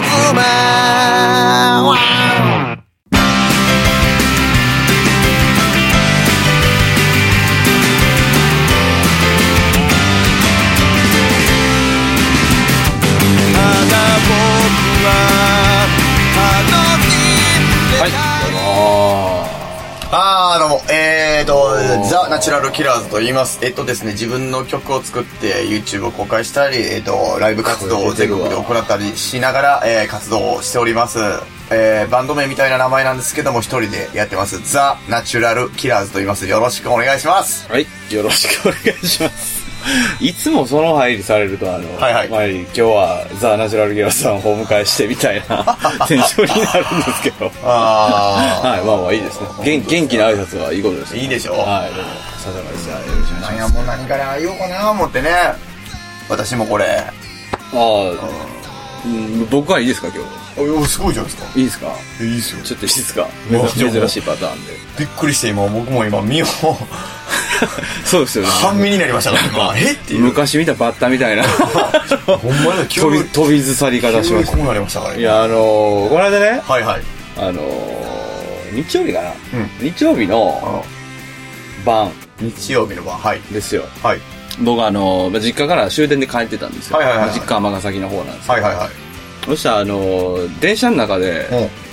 妻どうも、ザ・ナチュラルキラーズと言います。ですね、自分の曲を作って YouTube を公開したり、ライブ活動を全国で行ったりしながら、活動をしております。バンド名みたいな名前なんですけども、一人でやってます。ザ・ナチュラルキラーズと言います。よろしくお願いします。 はい、よろしくお願いします。いつもその入りされると、はいはい、前に今日はザ・ナチュラルキラーズさんをお迎えしてみたいなテンションになるんですけど。はい、まあまあいいですね。元気な挨拶はいいことですね。 いいでしょ。 はい、どうも、笹川です。よろしくお願いします。 なんや、もう何から言おうかな思ってね。私もこれ。 僕はいいですか、今日。すごいじゃないですか。 いいですか。 いいですよ。 ちょっといいですか。珍しいパターンで。 びっくりして僕も今身をそうですよね。 半身になりましたから今。っていう。 昔見たバッタみたいな。 ほんまに飛びずさり方しました。 こうなりましたからね。 いや、この間ね。 はいはい。 日曜日かな。日曜日の晩。 日曜日の晩。はい。 ですよ。 はい。 僕実家から終電で帰ってたんですよ。 はいはいはい。 実家尼崎の方なんですよ。 はいはいはい。 そしたら電車の中で、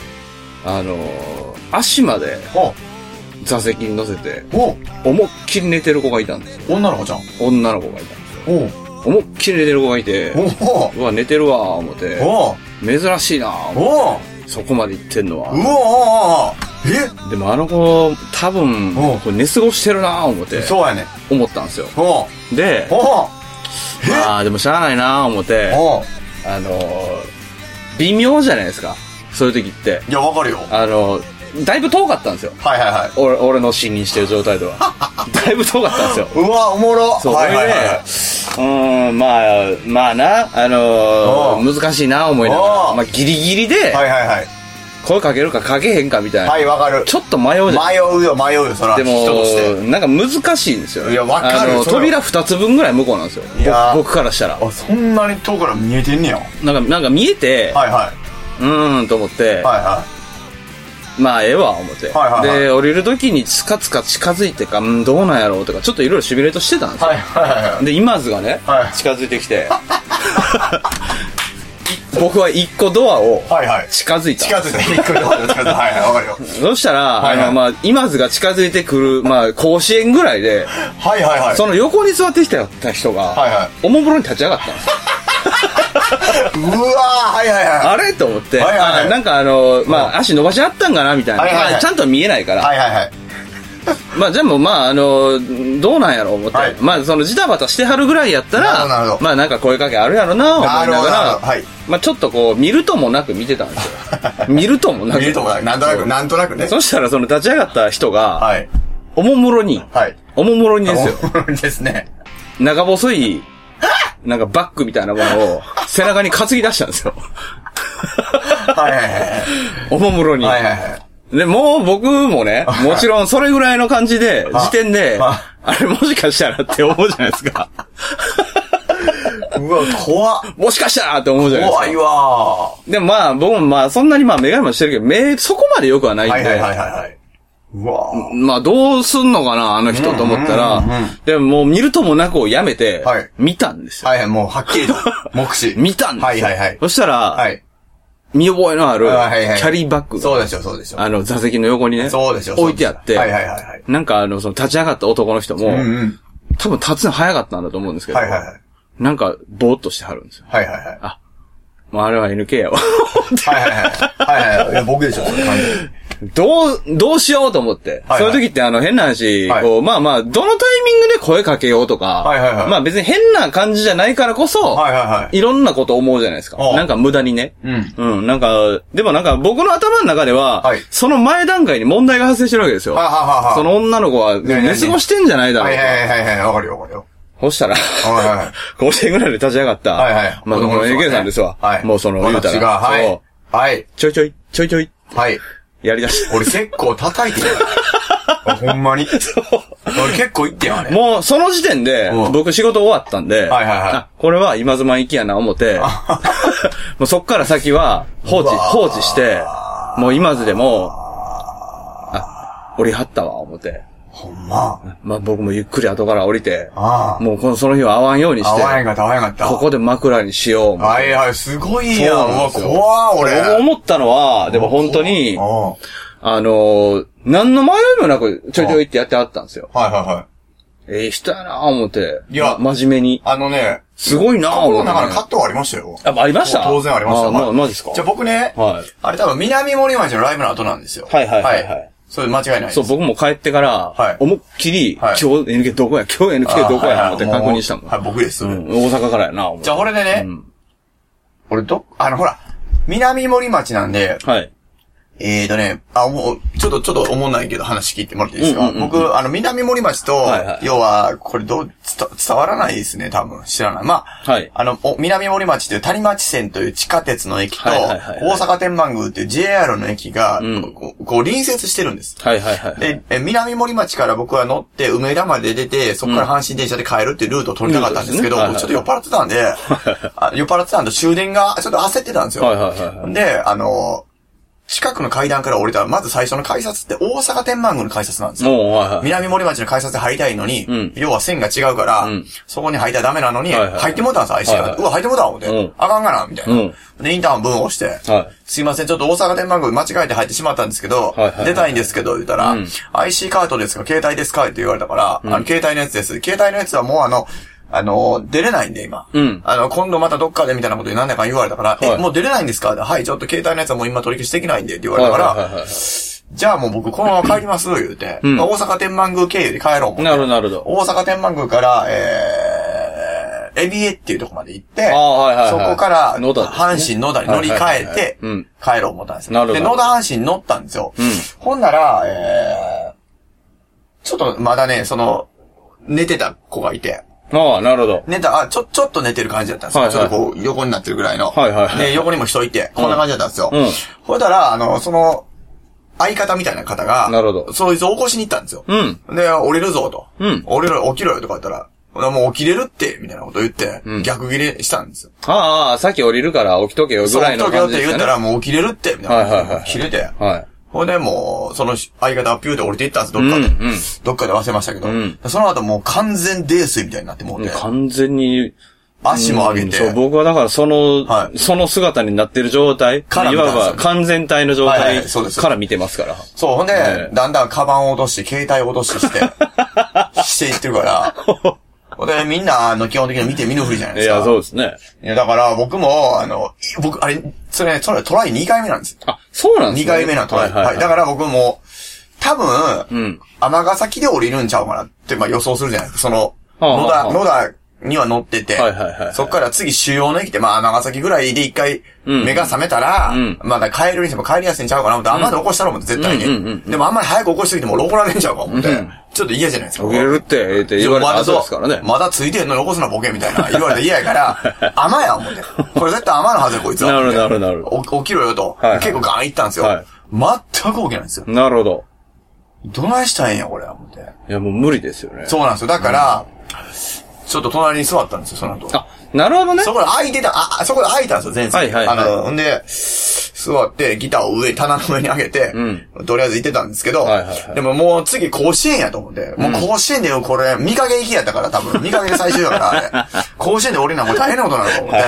足まで座席に乗せて、思いっきり寝てる子がいたんですよ。 女の子ちゃん？ 女の子がいたんですよ。思いっきり寝てる子がいて、うわ、寝てるわ、思って、珍しいな、そこまで行ってんのは。でも子、多分、寝過ごしてるな、思って。 そうやね。 思ったんですよ。で、でもしゃあないな、思って、微妙じゃないですか。そういう時って。 いや、わかるよ。 だいぶ遠かったんですよ。 はいはいはい。 俺の信任してる状態では。だいぶ遠かったんですよ。 うわ、おもろ。 そう、はいはいはい。まあな、難しいな、思いながら。まあ、ギリギリで、 はいはいはい。 声かけるかかけへんかみたいな。 はい、わかる。 ちょっと迷うじゃん。 迷うよ、そら。 でも、なんか難しいんですよ。 いや、わかる。 扉2つ分ぐらい向こうなんですよ。僕からしたら。 そんなに遠くから見えてんねや。 なんか見えて、 はいはい。 と思って、 はいはい。 まあ、ええわ、思って。で、降りる時につかつか近づいてか、どうなんやろうとか、ちょっといろいろシミュレートしてたんですよ。で、今津がね、近づいてきて、僕は一個ドアを近づいた。 近づいた。一個ドアを近づいた。はいはい、わかるよ。 そしたら、今津が近づいてくる、甲子園ぐらいで、 はいはいはい。 その横に座ってきた人が、おもむろに立ち上がったんですよ。 うわー、はいはいはい。 あれと思って、なんか足伸ばしあったんかなみたいな。ちゃんと見えないから。 はいはいはい。 でもどうなんやろう思って。そのジタバタしてはるぐらいやったら、なんか声かけあるやろな、思いながら、ちょっとこう、見るともなく見てたんですよ。見るともなく。 なんとなくね。 そしたらその立ち上がった人が、おもむろにですよ。 おもむろにですね。 長細い、なんかバッグみたいなものを背中に担ぎ出したんですよ。 はいはいはい。 おもむろに。 はいはいはい。 で、もう僕もね、もちろんそれぐらいの感じで、時点で、あれもしかしたらって思うじゃないですか。 うわ、怖っ。 もしかしたらって思うじゃないですか。 怖いわ。 でも僕もそんなにメガネもしてるけど、そこまで良くはないんで。 はいはいはい。うわどうすんのかな、あの人と思ったら、でももう見るともなくをやめて、見たんですよ。 はいはい、もうはっきりと、目視。 見たんですよ。 はいはいはい。 そしたら、見覚えのある、キャリーバッグが。 そうでしょ、そうでしょ。 座席の横にね、置いてあって、なんかその立ち上がった男の人も、多分立つの早かったんだと思うんですけど、なんか、ぼーっとしてはるんですよ。 はいはいはい。 もうあれは NK やわ。 はいはいはい。はいはい。僕でしょ、それ完全に。 どうしようと思って。そういう時って変な話、どのタイミングで声かけようとか、別に変な感じじゃないからこそ、いろんなこと思うじゃないですか。なんか無駄にね。なんか、でもなんか僕の頭の中では、その前段階に問題が発生してるわけですよ。その女の子は寝過ごしてんじゃないだろうと。 はい、わかるよ、わかるよ。 そしたら、甲子園ぐらいで立ち上がった、その NK さんですわ。もう言うたら、ちょいちょい。やりだした。 俺結構叩いてる。ほんまに。 結構行ってよね。 もう、その時点で、僕仕事終わったんで、これは今妻行きやな思って、もうそっから先は放置して、もう今津でも、降りはったわ、思って。 ほんま。 まあ僕もゆっくり後から降りて、もうその日は会わんようにして、 会わんかった。 ここで枕にしよう。 はいはい、すごいやん。うわ、怖い、俺。 僕思ったのは、でも本当に、何の迷いもなくちょいちょいってやってあったんですよ。ええ人やなぁ思って。いや、真面目に。すごいなぁ思って。 だからカットはありましたよ。 ありました？ 当然ありました。 マジですか？ じゃあ僕ね、あれ多分南森町のライブの後なんですよ。はい。それ間違いないです。 そう、僕も帰ってから、思いっきり、今日 NK どこや思って確認したもん。 はい、僕です。 大阪からやなじゃあこれでね、俺ほら、南森町なんで、もう、ちょっと思んないけど話聞いてもらっていいですか？僕、南森町と、要は、これ伝わらないですね、多分。知らない。まあ、南森町という谷町線という地下鉄の駅と、大阪天満宮っていう JR の駅が、こう隣接してるんです。で、南森町から僕は乗って梅田まで出て、そこから阪神電車で帰るっていうルートを取りたかったんですけど、ちょっと酔っ払ってたんで、終電がちょっと焦ってたんですよ。で、近くの階段から降りたら、まず最初の改札って大阪天満宮の改札なんですよ。南森町の改札で入りたいのに、要は線が違うから、そこに入ったらダメなのに、入ってもうたんです、IC が。うわ、入ってもうた思って。あかんがな、みたいな。で、インターン分を押して、すいません、ちょっと大阪天満宮間違えて入ってしまったんですけど、出たいんですけど、言ったら、IC カードですか、携帯ですかって言われたから、携帯のやつです。携帯のやつはもう出れないんで、今。今度またどっかでみたいなことに何だか言われたから、もう出れないんですか？はい、ちょっと携帯のやつはもう今取り消しできないんでって言われたから、じゃあもう僕このまま帰ります、言うて。大阪天満宮経由で帰ろう思って。なるほど。大阪天満宮から、エビエっていうとこまで行って、そこから、阪神野田に乗り換えて、帰ろう思ったんですよ。で、野田阪神乗ったんですよ。ほんなら、ちょっとまだね、寝てた子がいて、 なるほど。 ちょっと寝てる感じだったんですよ。ちょっとこう、横になってるぐらいの。で、横にも人いて、こんな感じだったんですよ。ほいだら、相方みたいな方が、なるほど。そいつを起こしに行ったんですよ。で、降りるぞと。起きろよとか言ったら、もう起きれるって、みたいなこと言って、逆ギレしたんですよ。 さっき降りるから起きとけよぐらいの感じですね。起きとけよって言ったら、もう起きれるって、みたいなこと切れて。ほんでもう、その相方はピューって降りていったんです、どっかで。どっかで忘れましたけど。その後もう完全泥酔みたいになってもうて。 完全に。 足も上げて。 そう、僕はだからその姿になってる状態。いわば完全体の状態から見てますから。 そう、ほんで、だんだんカバンを落として、携帯を落として、していってるから。で、みんな、基本的に見て見ぬふりじゃないですか。 いや、そうですね。 いや、だから、僕も、あれ、それトライ2回目なんですよ。 そうなんですね。 2回目のトライ。はい。だから僕も、多分、尼崎で降りるんちゃうかなって、まあ予想するじゃないですか。野田には乗ってて、そっから次主要の駅で、まあ尼崎ぐらいで一回、目が覚めたら、まだ帰るにしても帰りやすいんちゃうかな思って、あんまり起こしたろ思って、絶対に。でもあんまり早く起こしすぎても怒られんちゃうか思って、ちょっと嫌じゃないですか。 起きれるって言われた後ですからね。 まだついてんのに起こすなボケみたいな言われて嫌やから、甘や思って。これ絶対甘のはずやこいつは。 なるほど。 起きろよと。結構ガーン行ったんですよ。全く起きないんですよ。 なるほど。 どないしたんや、これ、思って。 いや、もう無理ですよね。 そうなんですよ。だから、ちょっと隣に座ったんですよ、その後。 なるほどね。 そこで空いたんですよ、全然。んで、座って、ギターを棚の上に上げて、とりあえず行ってたんですけど、でももう次甲子園やと思って、もう甲子園でこれ、見かけ行きやったから多分、見かけで最終だから、あれ。甲子園で降りるのはもう大変なことなのと思って、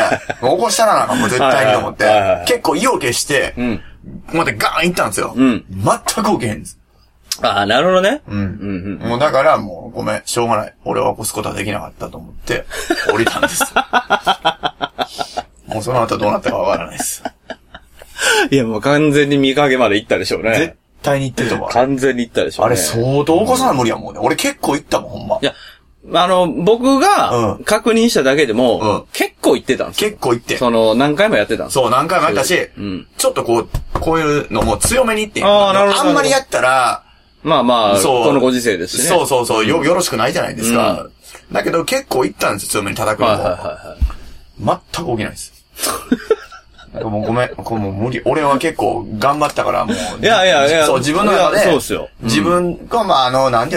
もう起こしたらなんかもう絶対にと思って、結構意を決して、またガーン行ったんですよ。全く起きへんです。 なるほどね。 もうだからもうごめん、しょうがない。俺は起こすことはできなかったと思って、降りたんです。もうその後どうなったかわからないです。 いやもう完全に見かけまで行ったでしょうね。 絶対に行ってると思う。 完全に行ったでしょうね。 あれ相当起こさない無理やもんね。俺結構行ったもん、ほんま。 いや、僕が確認しただけでも、結構行ってたんですよ。 結構行って。 何回もやってたんですよ。 そう、何回もやったし、ちょっとこういうのも強めに行ってあんまりやったら、 まあまあ、このご時世ですしね。そう、よろしくないじゃないですか。だけど結構行ったんですよ、強めに叩くのも。全く起きないです。もうごめん、これもう無理。俺は結構頑張ったからもう。 いや。 そう、自分の中で。 そうですよ。 自分が、まあなんていうの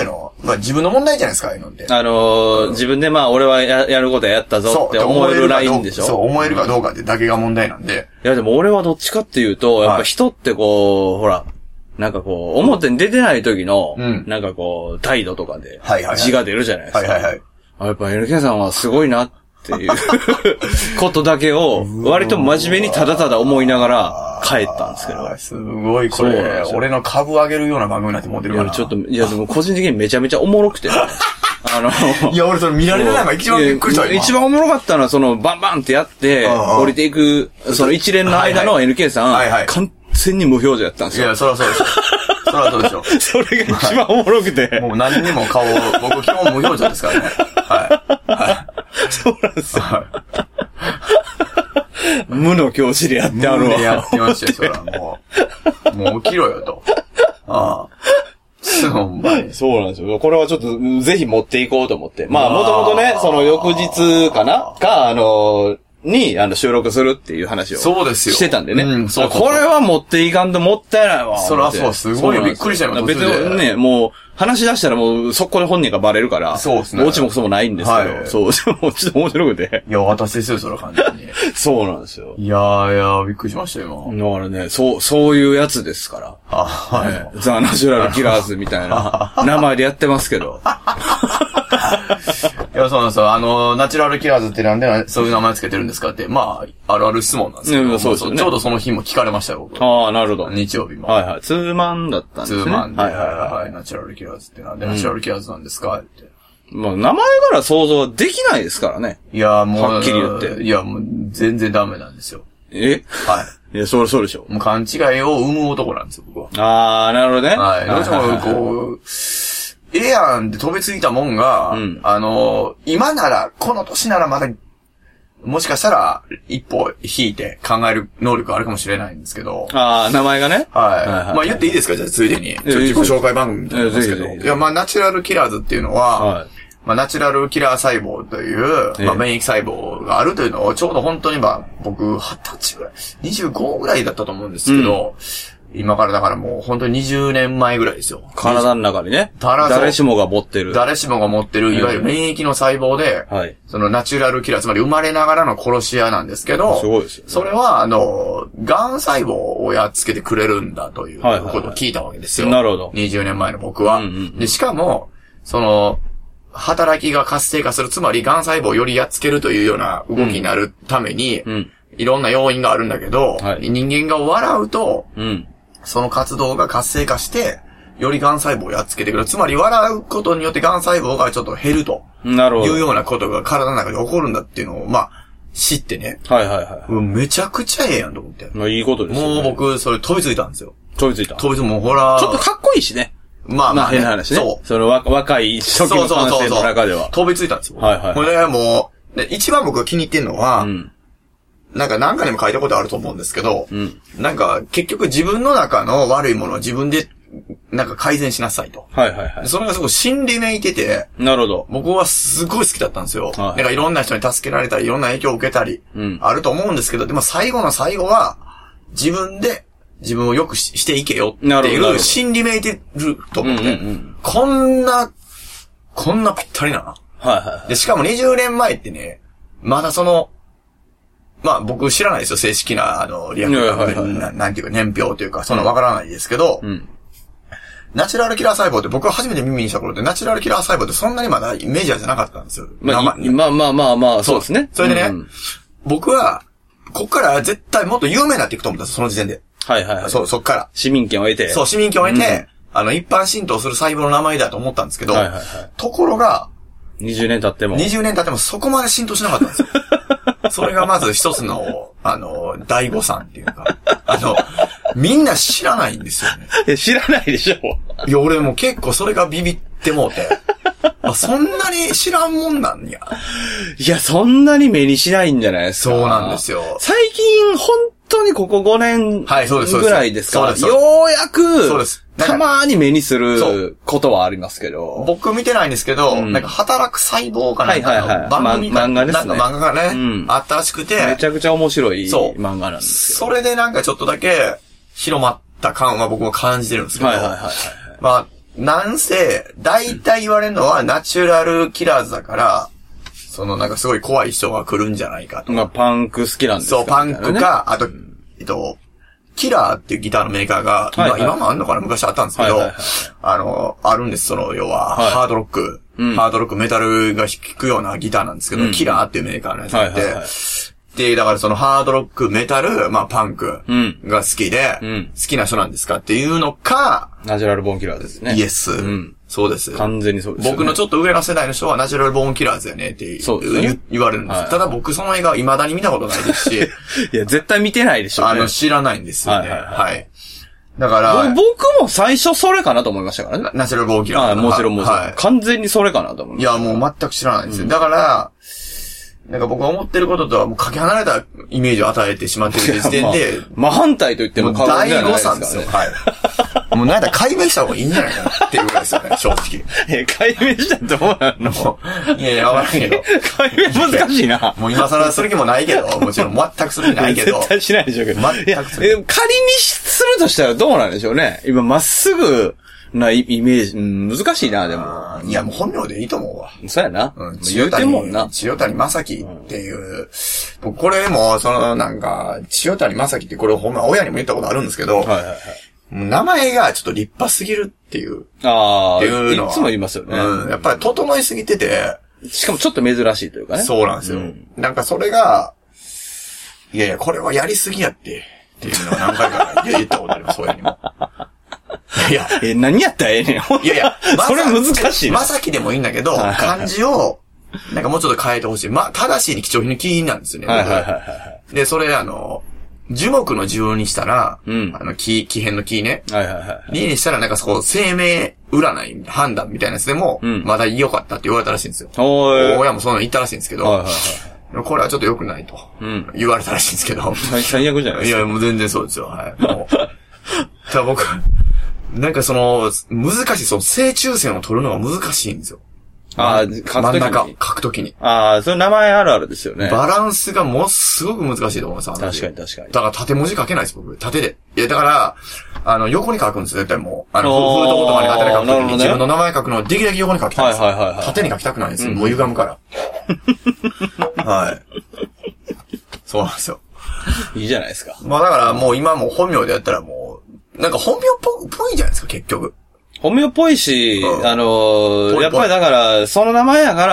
まあ自分の問題じゃないですか、ああいうのって。 自分でまあ俺はやることやったぞって思えるラインでしょ。 そう、思えるかどうかってだけが問題なんで。 いやでも俺はどっちかっていうと、やっぱ人ってこう、ほら、なんかこう、表に出てない時の、なんかこう、態度とかで、字が出るじゃないですか。やっぱ NK さんはすごいなっていうことだけを、割と真面目にただただ思いながら帰ったんですけど。 すごいこれ、俺の株上げるような番組になって思ってるから。 いやでも個人的にめちゃめちゃおもろくて。 いや、俺それ見られないのが一番びっくりした一番おもろかったのは、その、バンバンってやって、降りていく、その一連の間の NK さん、完全に無表情やったんですよ。 いや、そらそうでしょ。そらそうでしょ。 それが一番おもろくて。 もう何にも顔、僕基本無表情ですからね。 そうなんですよ。無の教師でやってあるわ。 無でやってましたよ、そら。もう起きろよと。そうなんですよ。これはちょっと、ぜひ持っていこうと思って。まあ、もともとね、その翌日に、収録するっていう話を。 そうですよ。 してたんでね。これは持っていかんともったいないわ。 そらそう、すごいびっくりしたよ。 別にね、もう、話し出したらもう、そこで本人がバレるから。 そうですね。 オチもクソもないんですけど。そう、ちょっと面白くて。 いや、私ですよ、そら感じに。 そうなんですよ。 いや、びっくりしましたよ、 今。だからね、そういうやつですから。ザ・ナチュラル・キラーズみたいな名前でやってますけど。 いや、そうなんですよ。ナチュラルキラーズってなんでそういう名前つけてるんですかって、まあ、あるある質問なんですけど。そうですね。ちょうどその日も聞かれましたよ、僕。 ああ、なるほど。 日曜日も。 ツーマンだったんですね。 ツーマンで。ナチュラルキラーズってなんでナチュラルキラーズなんですかって。 まあ、名前から想像できないですからね。 いや、もう。 はっきり言って。 いや、もう、全然ダメなんですよ。 いや、そうでしょ。 もう勘違いを生む男なんですよ、僕は。 ああ、なるほどね。 どうしても、こう、ええやんって飛びついたもんが、今なら、この年ならまだ、もしかしたら、一歩引いて考える能力あるかもしれないんですけど。 ああ、名前がね。 まあ言っていいですかじゃあ、ついでに。自己紹介番組みたいなんですけど。いや、まあ、ナチュラルキラーズっていうのは、まあ、ナチュラルキラー細胞という、まあ、免疫細胞があるというのを、ちょうど本当に僕、20歳ぐらい、25ぐらいだったと思うんですけど、今からだからもう本当に20年前ぐらいですよ。 体の中にね。誰しもが持ってる。 誰しもが持ってる、いわゆる免疫の細胞で、そのナチュラルキラー、つまり生まれながらの殺し屋なんですけど、 すごいですよね。 それは、癌細胞をやっつけてくれるんだということを聞いたわけですよ。 なるほど。 20年前の僕は。で、しかも、働きが活性化する、つまり癌細胞をよりやっつけるというような動きになるために、いろんな要因があるんだけど、人間が笑うと、その活動が活性化して、より癌細胞をやっつけてくる。つまり笑うことによって癌細胞がちょっと減ると。 なるほど。 いうようなことが体の中で起こるんだっていうのを、まあ、知ってね。めちゃくちゃええやんと思って。 まあいいことですよね。 もう僕、それ飛びついたんですよ。もうほら。 ちょっとかっこいいしね。 まあ、 変な話ね。そう。その若い初期の感性の中では。 飛びついたんですよ。これもう、一番僕が気に入ってんのは、なんかにも書いたことあると思うんですけど、なんか結局自分の中の悪いものを自分でなんか改善しなさいと。それがすごい心理めいてて、 なるほど。 僕はすごい好きだったんですよ。なんかいろんな人に助けられたり、いろんな影響を受けたり、あると思うんですけど、でも最後の最後は、自分で自分を良くしていけよっていう心理めいてると思って、こんなぴったりな。で、しかも20年前ってね、まだまあ僕知らないですよ、正式な、リアクなんていうか年表というか、そんなわからないですけど、ナチュラルキラー細胞って僕が初めて耳にした頃って、ナチュラルキラー細胞ってそんなにまだメジャーじゃなかったんですよ。 まあ、そうですね。 それでね、僕は、こっから絶対もっと有名になっていくと思ったんです、その時点で。そっから。 市民権を得て。 そう、市民権を得て、一般浸透する細胞の名前だと思ったんですけど、ところが、 20年経ってもそこまで浸透しなかったんですよ。それがまず一つの、第五算っていうか、みんな知らないんですよね。 知らないでしょ。 いや、俺も結構それがビビってもうて。そんなに知らんもんなんや。 いや、そんなに目にしないんじゃないですか。 そうなんですよ。 最近、本当にここ5年ぐらいですか。ようやく、たまーに目にすることはありますけど。 僕見てないんですけど、なんか働く細胞かなんかの番組漫画ですね。 漫画がね、あったらしくて。 めちゃくちゃ面白い漫画なんですよ。 それでなんかちょっとだけ広まった感は僕も感じてるんですけど。まあ、 なんせ、大体言われるのはナチュラルキラーズだから、なんかすごい怖い人が来るんじゃないかと。 まあ、パンク好きなんですか、 そう、パンクか、あと、キラーっていうギターのメーカーが、今もあんのかな昔あったんですけど、あるんです、要は、ハードロック、ハードロックメタルが弾くようなギターなんですけど、キラーっていうメーカーのやつがあって、で、だからハードロック、メタル、まあパンクが好きで、好きな人なんですかっていうのか、 ナチュラルボーンキラーですね。 イエス。そうです。 完全にそうです、 僕のちょっと上の世代の人はナチュラルボーンキラーズやねって言われるんです。ただ僕その映画未だに見たことないですし。 いや、絶対見てないでしょうね。 知らないんですよね。はい。だから。 僕も最初それかなと思いましたからね。 ナチュラルボーンキラーズ。 もちろんもちろん。完全にそれかなと思いました。 いや、もう全く知らないんですよ。だから、なんか僕が思ってることとはもうかけ離れたイメージを与えてしまっている時点で。 真反対と言っても過言じゃないですかね。大誤算ですよ。はい。もうなんだ解明した方がいいんじゃないかなっていうぐらいですよね、正直。 解明したらどうなの？ いや、わからんけど。 解明難しいな。 もう今更する気もないけど、もちろん全くする気ないけど。 絶対しないでしょうけど。 全くする。 仮にするとしたらどうなんでしょうね。今まっすぐ、なイメージ、難しいな、でも。 いや、もう本名でいいと思うわ。 そうやな。 千代谷正樹っていう、これも、なんか、千代谷正樹ってこれほんま親にも言ったことあるんですけど、名前がちょっと立派すぎるっていう。 っていうのは。いつも言いますよね。 やっぱり整いすぎてて。 しかもちょっと珍しいというかね。 そうなんですよ。なんかそれが、いやいや、これはやりすぎやって、っていうのは何回か言ったことあります、親にも。いや、 何やったらええねん。 いやいや、 それ難しいな。 まさきでもいいんだけど、漢字を、なんかもうちょっと変えてほしい。正しいに貴重品の木なんですよね。で、それ樹木の樹にしたら、木片の木ね。木にしたらなんか生命占い、判断みたいなやつでも、まだ良かったって言われたらしいんですよ。親もその言ったらしいんですけど、これはちょっと良くないと、言われたらしいんですけど。 最悪じゃないですか。 いや、もう全然そうですよ。はい。もうただ僕、なんか難しい、正中線を取るのが難しいんですよ。 書くときに。 それ名前あるあるですよね。 バランスがものすごく難しいと思います。 確かに。 だから縦文字書けないです、僕。縦で。いや、だから、横に書くんですよ、絶対もう。封筒とかに縦に書くときに自分の名前書くのをできるだけ横に書きたいんですよ。縦に書きたくないんですよ。もう歪むから。はい。そうなんですよ。 いいじゃないですか。 だからもう今も本名でやったらもう、なんか本名っぽいじゃないですか、結局。 本名っぽいし、やっぱりだから、その名前やから、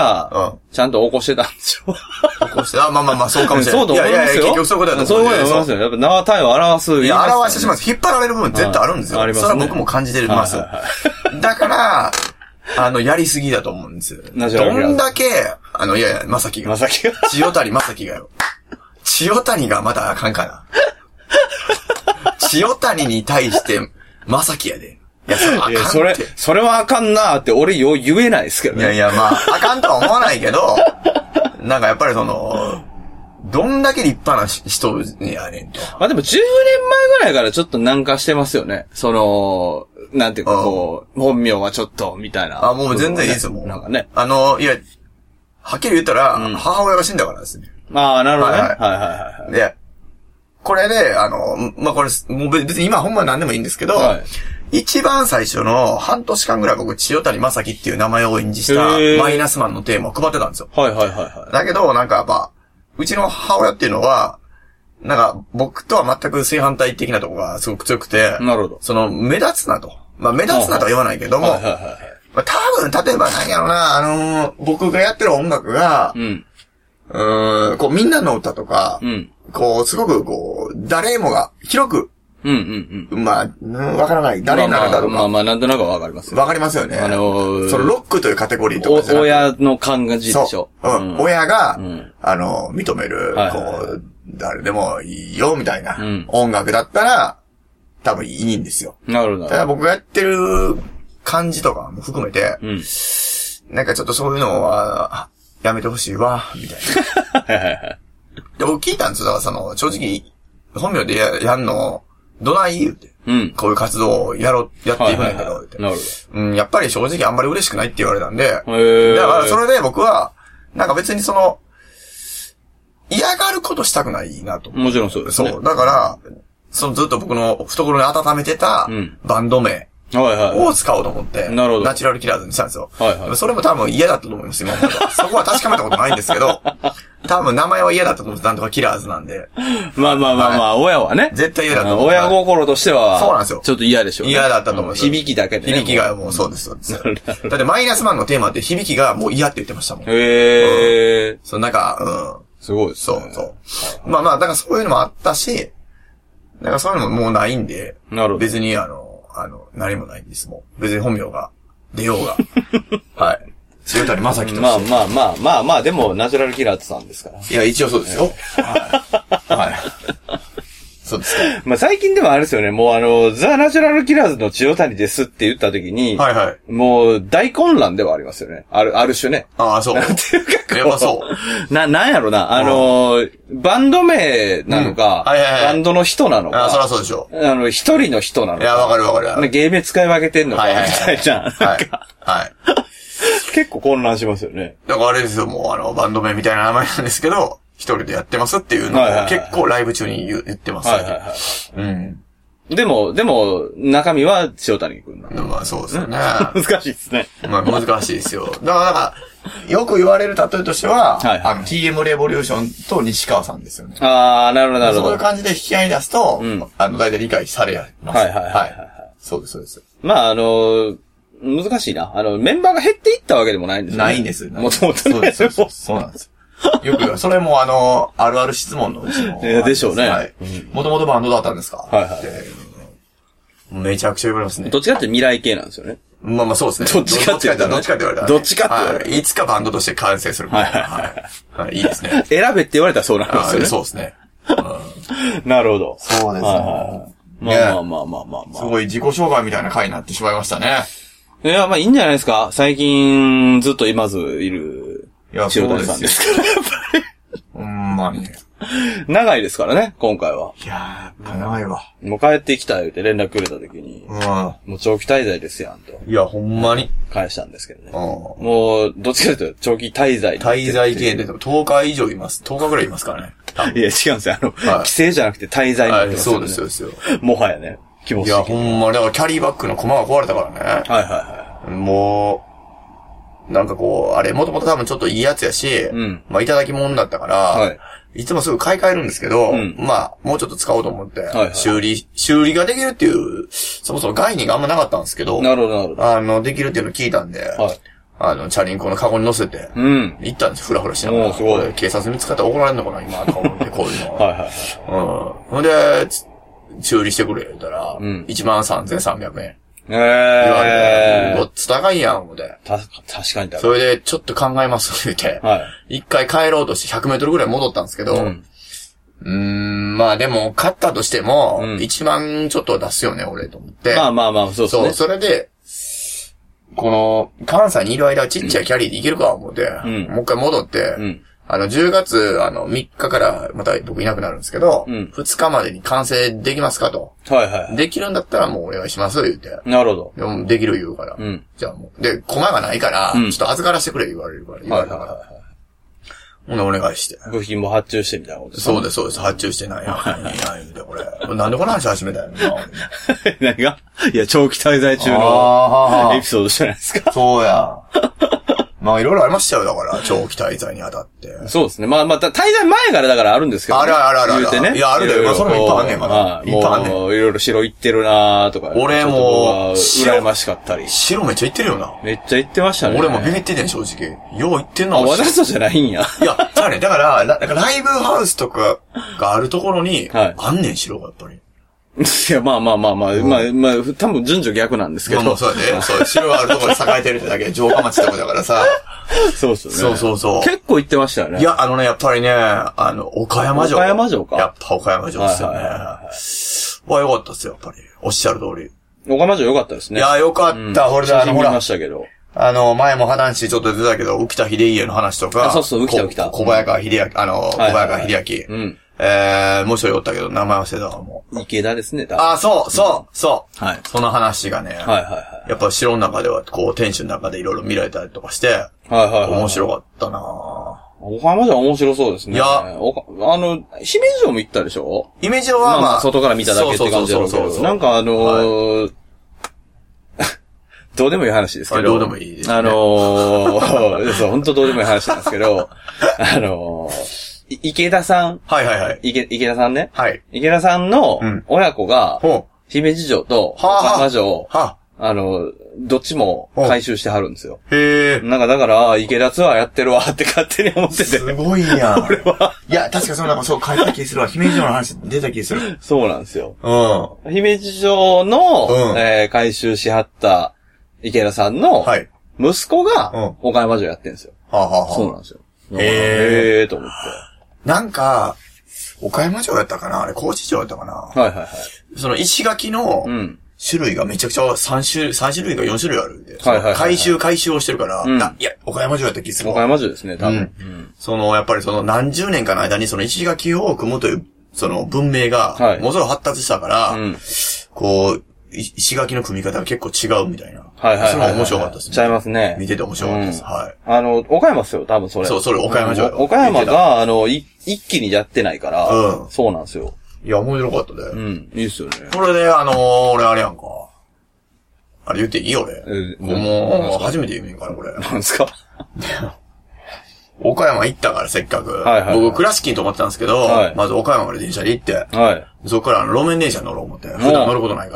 ちゃんと起こしてたんですよ。 起こして、まあ、そうかもしれない。 そうと思いますよ。 いや、結局そういうことだとそういうことだと思いますよ。やっぱ名体を表す。 いや、表してしまう。引っ張られる部分絶対あるんですよ。あります。それは僕も感じてます。だから、やりすぎだと思うんです。どんだけ、いや、まさきが。千代谷まさきがよ。千代谷がまだあかんかな。千代谷に対して、まさきやで。いや、 それはあかんなーって俺言えないですけどね。 いや、あかんとは思わないけど、なんかやっぱりどんだけ立派な人にやねんと。 でも10年前ぐらいからちょっと軟化してますよね。なんていうか本名はちょっと、みたいな。 もう全然いいですよ、もう。 なんかね。 いや、はっきり言ったら、母親が死んだからですね。 なるほどね。はい。 で、これで、これ、もう別に今ほんま何でもいいんですけど、一番最初の半年間ぐらい僕、千代谷正樹っていう名前を演じしたマイナスマンのテーマを配ってたんですよ。だけど、なんかやっぱ、うちの母親っていうのは、なんか僕とは全く正反対的なところがすごく強くて、 なるほど。 目立つなと。目立つなとは言わないけども、多分、例えば何やろな、僕がやってる音楽が、みんなの歌とか、すごく誰もが広く、わからない。誰なのかとか。 なんとなくわかりますよ。 わかりますよね。ロックというカテゴリーとかじゃなくて。 親の感じでしょ。 親が、認める、誰でもいいよ、みたいな音楽だったら、多分いいんですよ。 なるほど。 ただ僕がやってる感じとかも含めて、なんかちょっとそういうのは、やめてほしいわ、みたいな。で、僕聞いたんですよ。だから正直、本名でやんの、どない言うて。こういう活動をやっていくんだけど、 なるほど。 やっぱり正直あんまり嬉しくないって言われたんで、だからそれで僕は、なんか別に嫌がることしたくないなと。 もちろんそうですね。 そう。だから、ずっと僕の懐に温めてたバンド名を使おうと思って、 なるほど。 ナチュラルキラーズにしたんですよ。 はいはい。 それも多分嫌だったと思います、今までは。そこは確かめたことないんですけど、多分名前は嫌だったと思うんです、なんとかキラーズなんで。 まあ、親はね。 絶対嫌だったと思う。 親心としては、 そうなんですよ。 ちょっと嫌でしょうね。 嫌だったと思う。 響きだけでね。 響きがもうそうです、そうです。だってマイナスマンのテーマって響きがもう嫌って言ってましたもん。そう、なんか、 すごいですね。そう。まあ、だからそういうのもあったし、なんかそういうのももうないんで、 なるほど。 別に何もないんです、もう。別に本名が出ようが。はい。塩谷正樹として。 まあ、でも、ナチュラルキラーズさんですから。 いや、一応そうですよ。はい。そうですか。 まあ、最近でもあれですよね、もうザ・ナチュラルキラーズの千代谷ですって言った時に、 はいはい。 もう、大混乱ではありますよね。ある種ね。 ああ、そう。なんていうか、 やっぱそう。 なんやろな、バンド名なのか、バンドの人なのか、 そりゃそうでしょう。一人の人なのか。 いや、わかる。 芸名使い分けてんのか、みたいな。 はい。 結構混乱しますよね。 だからあれですよ、もうバンド名みたいな名前なんですけど、一人でやってますっていうのを結構ライブ中に言ってます。 でも、中身は塩谷くんなの。 まあそうですよね。 難しいですね。 まあ難しいですよ。だから、よく言われる例えとしては、TM レボリューションと西川さんですよね。 ああ、なるほど。 そういう感じで引き合いに出すと、大体理解されます。はい。そうです。 まあ難しいな。メンバーが減っていったわけでもないんですよね。 ないんです。 もともとね。 そうなんですよ。よく、それもあるある質問のうちの。 でしょうね。 はい。もともとバンドだったんですか？ はい。 めちゃくちゃ言われますね。 どっちかって未来系なんですよね。 まあそうですね。 どっちかって言われたら。どっちかって言われたら。 いつかバンドとして完成する。はい。いいですね。 選べって言われたらそうなんですよね。 そうですね。 なるほど。 そうですね。 まあ。 すごい自己紹介みたいな回になってしまいましたね。 いや、まあいいんじゃないですか。最近ずっと今ずいる塩谷さんですから、やっぱり。 ほんまに。 長いですからね、今回は。 いやー、やっぱ長いわ。 もう帰ってきた言うて連絡くれた時に、もう長期滞在ですやんと。 いや、ほんまに。 返したんですけどね。もう、どっちかというと長期滞在。 滞在系で10日以上います。10日ぐらいいますからね。 いや、違うんですよ。帰省じゃなくて滞在になってますよね。 そうですよ。 もはやね、気持ちいい。 いや、ほんまに、だからキャリーバッグのコマが壊れたからね。 はい。 もう、なんかこう、あれ、もともと多分ちょっといいやつやし、まあ、いただき物だったから、いつもすぐ買い替えるんですけど、まあ、もうちょっと使おうと思って、修理ができるっていう、そもそも概念があんまなかったんですけど、 なるほど。 できるっていうのを聞いたんで、チャリンコのカゴに乗せて、行ったんです、フラフラしながら。 すごい。 警察見つかったら怒られるのかな、今、とか思って、こういうの。ほんで、修理してくれ、言ったら、13,300円。言われて、ごっつ高いやん、思って。 確かに高い。 それで、ちょっと考えます、言って。一回帰ろうとして100メートルぐらい戻ったんですけど、まあでも、買ったとしても、1万ちょっと出すよね、俺、と思って。 まあ、そうですね。 そう、それで、この、関西にいる間はちっちゃいキャリーで行けるか、思って、もう一回戻って、10月、3日からまた僕いなくなるんですけど、2日までに完成できますかと。できるんだったらもうお願いします、言って。 なるほど。 でもできる言うから。じゃあもう。で、コマがないから、ちょっと預からせてくれ言われるから。ほんでお願いして。 部品も発注してみたいなことそうです。発注してないよ。で、これ。なんでこの話始めたんやろな。 何が？いや、長期滞在中のエピソードじゃないですか。 そうや。まあいろいろありましたよ、だから、長期滞在にあたって。 そうですね。まあ、滞在前からだからあるんですけど、ね。 ある。 言うてね。 いや、あるで。まあ、それもいっぱいあんねん、まだ。いっぱいあんねん。 いろいろ白行ってるなーとか。 俺も、 羨ましかったり。 白めっちゃ行ってるよな。 めっちゃ行ってましたね。 俺もビビっててん、正直。よう行ってんの。 わざとじゃないんや。 いや、じゃあね、だから、ライブハウスとかがあるところに、あんねん、白がやっぱり。 いや、まあ、多分順序逆なんですけど。 もうそうやね。そう、城があるところで栄えてるってだけ、城下町とこだからさ。 そうっすね。 そう。 結構行ってましたよね。 いや、やっぱりね、岡山城。 岡山城か。 やっぱ岡山城ですよね。よかったっすよ、やっぱり。おっしゃる通り。 岡山城良かったですね。 いや、良かった。ほら、 見ましたけど。 前も話ちょっと出たけど、浮田秀家の話とか。 そう、浮田。 小早川秀明。もう一人おったけど、名前忘れたわ、もう。 池田ですね、 そう。 はい。 その話がね。やっぱ城の中では、こう、天守の中でいろいろ見られたりとかして、面白かったなぁ。 岡山城は面白そうですね。いや、姫路城も行ったでしょ？ 姫路城はまあ、外から見ただけって感じだろうけど。なんかどうでもいい話ですけど。 どうでもいいですね。 そう、本当どうでもいい話なんですけど、池田さん。 はいはいはい。 池田さんね。 はい。 池田さんの親子が、姫路城と岡山城を、どっちも回収してはるんですよ。 へえ。 なんかだから、池田ツアーやってるわって勝手に思ってて。 すごいやん。 俺は。 いや、確かそう書いた気するわ。姫路城の話出た気する。 そうなんですよ。 うん。 姫路城の、回収しはった池田さんの、息子が、岡山城やってるんですよ。そうなんですよ。へーと思って。 なんか、岡山城やったかなあれ、高知城やったかなはいはいはい。 その石垣の種類がめちゃくちゃ3種類か4種類あるんで。 はいはいはい。 回収をしてるから、いや、岡山城やった気する。 岡山城ですね、多分。 やっぱり何十年かの間にその石垣を組むという、その文明が、ものすごい発達したから、こう、石垣の組み方が結構違うみたいな。 はいはい。 それも面白かったですね。 ちゃいますね。 見てて面白かったです。はい。 岡山っすよ、多分それ。 そう、それ岡山城。 岡山が、一気にやってないから、そうなんですよ。 いや、面白かったで。いいっすよね。 これで、俺あれやんか。あれ言っていい俺。もう、初めて言うねんから、これ。 なんすか岡山行ったから、せっかく。僕、倉敷に泊まってたんですけど、まず岡山まで電車で行って、そこから路面電車乗ろう思って、普段乗ることないから、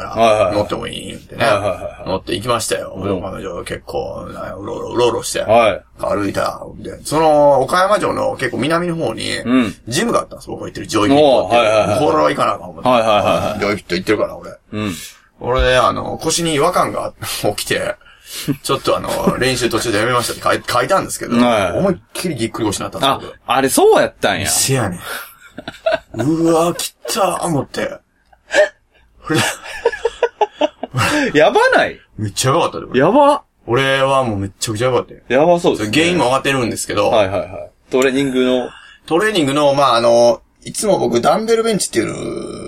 乗ってもいいってね。乗って行きましたよ。岡山城結構、うろうろして、歩いた。その、岡山城の結構南の方に、ジムがあったんです、僕が行ってるジョイフィットって。これは行かなあかん思って。ジョイフィット行ってるから、俺。俺で、腰に違和感が起きて、ちょっと練習途中でやめましたって書いたんですけど、思いっきりぎっくり腰になったんですよ。 あれそうやったんや。 せやねん。うわぁ、来たー思って。 やばない？ めっちゃやばかったで。 やば。 俺はもうめっちゃくちゃやばかったよ。 やばそうですね。 原因も分かってるんですけど。 トレーニングの、 いつも僕、ダンベルベンチっていう、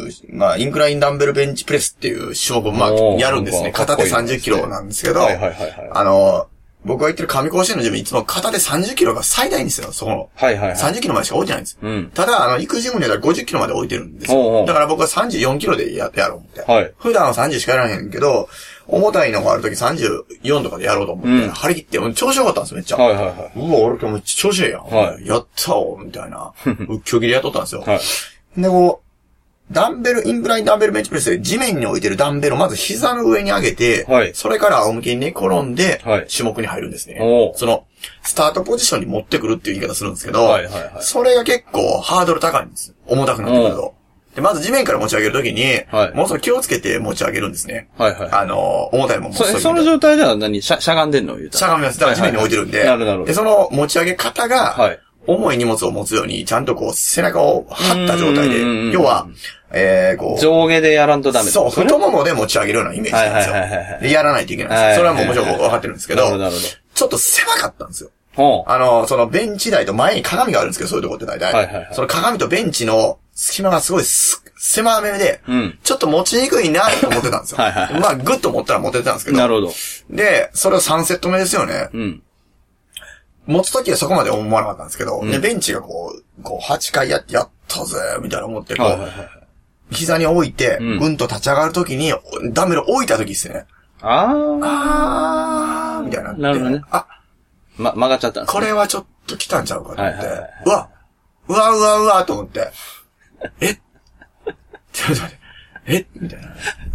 インクラインダンベルベンチプレスっていう種目をやるんですね。片手30キロなんですけど、僕が言ってる上甲子園のジムいつも片手30キロが最大んですよ、そこの。30キロまでしか置いてないんです。ただ、行くジムには50キロまで置いてるんですよ。だから僕は34キロでやろう思って。普段は30しかやらへんけど、重たいのがあるとき34とかでやろうと思って、張り切って、調子良かったんですめっちゃ。うわ、俺今日めっちゃ調子いいやん。やったおみたいな。ウッキョギでやっとったんですよ。で、インクラインダンベルベンチプレスで地面に置いてるダンベルをまず膝の上に上げて、それから仰向けに寝転んで、種目に入るんですね。その、スタートポジションに持ってくるっていう言い方するんですけど、それが結構ハードル高いんです。重たくなってくると。で、まず地面から持ち上げるときに、ものすごく気をつけて持ち上げるんですね。重たいもん持ち上げる。 その状態ではしゃがんでんの言うたら。 しゃがみます。だから地面に置いてるんで。で、その持ち上げ方が、重い荷物を持つように、ちゃんと背中を張った状態で、要は、 上下でやらんとダメだ。 そう、太ももで持ち上げるようなイメージなんですよ。で、やらないといけないんです。それはもうもちろん分かってるんですけど、ちょっと狭かったんですよ。そのベンチ台と前に鏡があるんですけど、そういうとこって大体。その鏡とベンチの隙間がすごい狭めで、ちょっと持ちにくいなと思ってたんですよ。グッと持ったら持ててたんですけど。 なるほど。 で、それを3セット目ですよね。持つときはそこまで思わなかったんですけど、で、ベンチが8回やったぜ、みたいな思って、膝に置いて、ぐんと立ち上がるときに、ダンベル置いたときですね。みたいな。 なるほどね。曲がっちゃったんですね。 これはちょっと来たんちゃうかと思って、うわと思って、みたいな。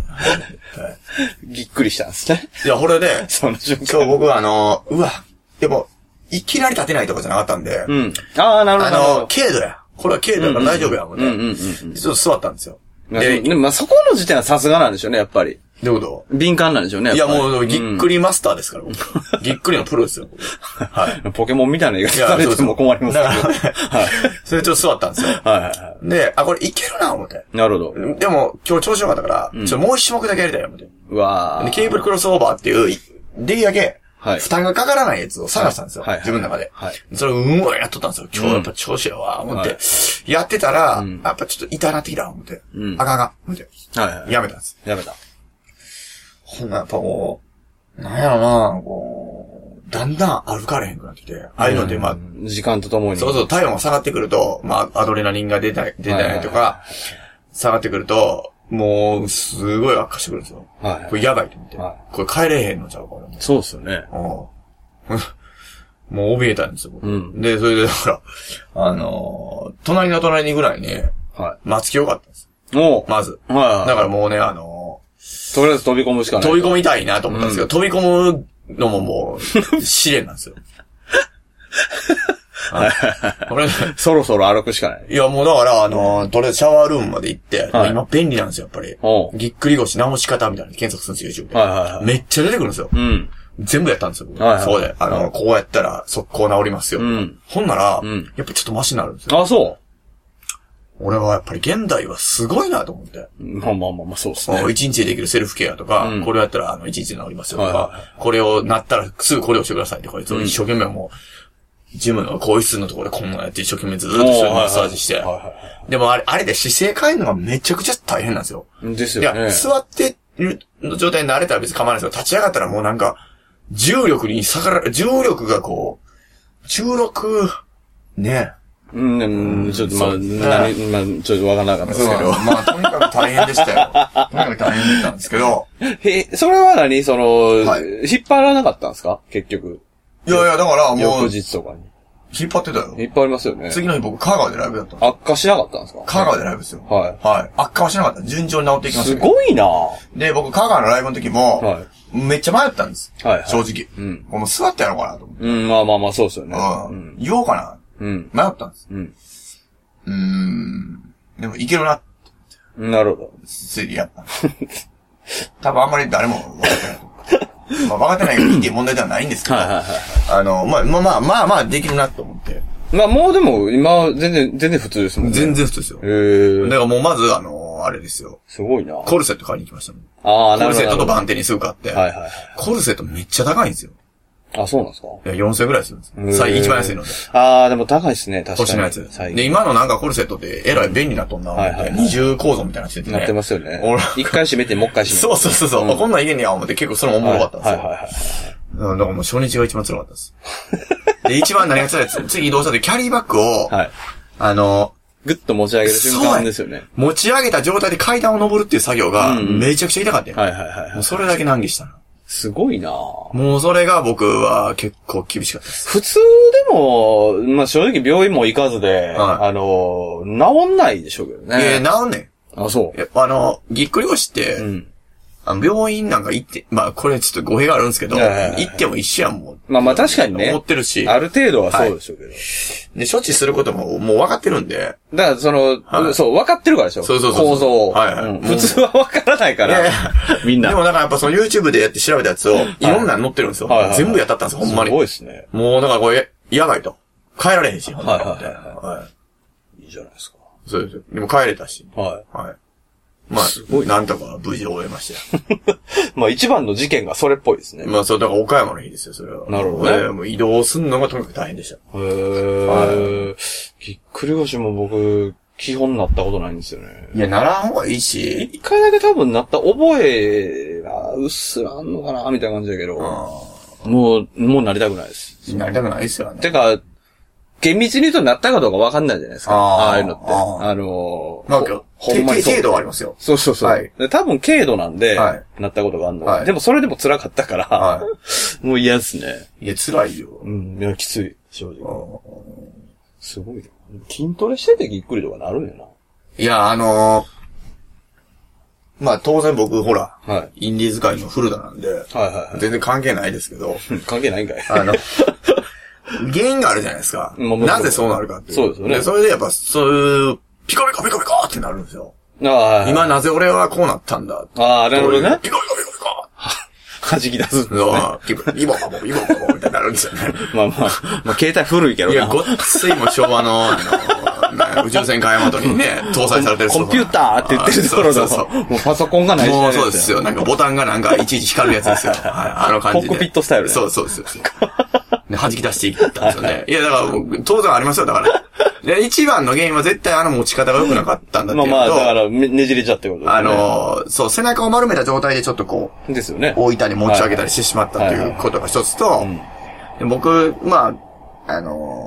ぎっくりしたんですね。 いや、これで、 その瞬間。 今日僕でも、いきなり立てないとかじゃなかったんで、 なるほど。 軽度や。これは軽度やから大丈夫や、思って。ちょっと座ったんですよ。 でもそこの時点はさすがなんでしょうね、やっぱり。 どういうこと？ 敏感なんでしょうね。 いや、もう、ぎっくりマスターですから、僕。ぎっくりのプロですよ。 ポケモンみたいな言い方されても困りますけど。 それちょっと座ったんですよ。で、これいけるな、思って。 なるほど。 でも、今日調子良かったから、もう一種目だけやりたいよ、思って。で、ケーブルクロスオーバーっていう、できるだけ、負担がかからないやつを探したんですよ。自分の中で。それをやっとったんですよ。今日やっぱ調子やわ、思って。やってたら、やっぱちょっと痛なってきた、思って。あかん、思って。やめたんです。 やめた。 ほんなやっぱなんやろな、だんだん歩かれへんくなってきて、ああいうので時間とともに。 そう、体温が下がってくると、アドレナリンが出たりとか、下がってくると、 もう、すごい悪化してくるんですよ。はい。これやばいと思って。はい。これ帰れへんのちゃうか、俺。 そうですよね。 もう怯えたんですよ、僕。うん。で、それでだから、隣の隣ぐらいね、はい。松木よかったんです。おまず。はい。だからもうね、 とりあえず飛び込むしかない。 飛び込みたいなと思ったんですけど、飛び込むのももう、試練なんですよ。 はい。これ、そろそろ歩くしかない。 いや、もうだから、とりあえずシャワールームまで行って、はい、今便利なんですよ、やっぱり。ぎっくり腰直し方みたいな検索するんですよ、YouTube で。はいはいはい。めっちゃ出てくるんですよ。うん。全部やったんですよ、僕。はいはい、そうで。こうやったら速攻治りますよ。うん。ほんなら、うん、やっぱちょっとマシになるんですよ。 あ、そう俺はやっぱり現代はすごいなと思って。 まあ、そうですね。 一日でできるセルフケアとか、うん、これをやったら一日で治りますよとか、はいはいはい、これをなったらすぐこれをしてくださいって、これ一生懸命もう、ジムの更衣室のところでこんなのやって一生懸命ずーっとそれマッサージして。でもあれで姿勢変えるのがめちゃくちゃ大変なんですよ。 ですよね。 いや、座ってる状態に慣れたら別に構わないですけど、立ち上がったらもうなんか、重力がこう、重力、ね。 ちょっとちょっとわからなかったですけど。 まあ、とにかく大変でしたよ。とにかく大変だったんですけど。 それは何はい、引っ張らなかったんですか結局。 いや、だからもう。 翌日とかに。 引っ張ってたよ。 引っ張りますよね。 次の日僕、香川でライブだったんです。悪化しなかったんですか香川でライブですよ。はい。はい。悪化はしなかった。順調に治っていきました。 すごいなで、僕、香川のライブの時も、はい、めっちゃ迷ったんです。はい。正直。うん。もう座ってやろうかなと思って。 まあ、そうですよね。 うん。言おうかな。うん。迷ったんです。でもいけるなって。 なるほど。 ついでやった。多分あんまり誰も分かってないと思う。まあ分かってないけどいいっていう問題ではないんですけど。まあできるなと思って。 まあもうでも今全然普通ですもんね。 全然普通ですよ。だからもうまずあれですよ。 すごいな。 コルセット買いに行きましたもん。なるほど。コルセットとバンテにすぐ買って。はいはいはい。コルセットめっちゃ高いんですよ。 あ、そうなんですか？ いや、4000円ぐらいするんですよ。一番安いので。 でも高いですね、確かに。 星のやつ。で、今のなんかコルセットってえらい便利なとんな。二重構造みたいなしててね。 なってますよね。一回閉めてもう一回閉めて。 そう。こんなんいけんねや思って結構それもおもろかったんですよ。だからもう初日が一番辛かったです。で、一番何が辛いやつ、次移動したでキャリーバッグを、 ぐっと持ち上げる瞬間ですよね。 持ち上げた状態で階段を登るっていう作業がめちゃくちゃ痛かったよ。それだけ難儀したの。 すごいなもうそれが僕は結構厳しかったです。 普通でも、まあ正直病院も行かずで、治んないでしょうけどね。 いや、治んねん。 あ、そう。 ぎっくり腰って、病院なんか行って、まあこれちょっと語弊があるんですけど、行っても一緒やんもん。 まあ確かにね。 思ってるし。 ある程度はそうでしょうけど。 で、処置することももう分かってるんで。 だからそう、分かってるからでしょ。そう。構造を。普通は分からないから。みんな。 でもだからやっぱその YouTube でやって調べたやつを、いろんなの載ってるんですよ。全部やったったんですよ、ほんまに。 すごいですね。 もうだからこれ、やばいと。帰られへんし。 いいじゃないですか。 そうです。でも帰れたし。はい。まあ、なんとか無事終えましたよ。 まあ一番の事件がそれっぽいですね。 まあそう、だから岡山の日ですよ、それは。 なるほどね。 もう移動すんのがとにかく大変でした。 ぎっくり腰も僕、基本なったことないんですよね。 いや、ならん方がいいし。 一回だけ多分なった覚えがうっすらあんのかな、みたいな感じだけど。もうなりたくないです。 なりたくないですよね。 てか、厳密に言うとなったかどうかわかんないじゃないですか。ああいうのって。 なんか、ほんまに軽度はありますよ。 そう。多分軽度なんで、なったことがあるの。でもそれでも辛かったから、もう嫌ですね。 いや、辛いよ。 いや、きつい、正直。すごいな。筋トレしててぎっくりとかなるんやな。 いや、まあ当然僕、ほら、インディーズ界の古田なんで、全然関係ないですけど。 関係ないんかい。 原因があるじゃないですか。なぜそうなるかっていう。 そうですよね。 それでやっぱ、そういう、ピコってなるんですよ。今なぜ俺はこうなったんだ。 なるほどね。 ピコ弾き出すんですね。 イボみたいになるんですよね。 まあ、携帯古いけどな。 いや、ごっついも昭和の、宇宙船開元にね、搭載されてるコンピューターって言ってるところだと、もうパソコンがないし。 もうそうですよ。なんかボタンがなんかいちいち光るやつですよ。あの感じで。 コックピットスタイルね。 そうです。弾き出していったんですよね。いや、だから、当然ありますよ、だから。で、一番の原因は絶対持ち方が良くなかったんだっていうと。 だから、ねじれちゃってことですね。 そう、背中を丸めた状態でちょっとこう、 ですよね。 置いたり持ち上げたりしてしまったということが一つと、僕、まあ、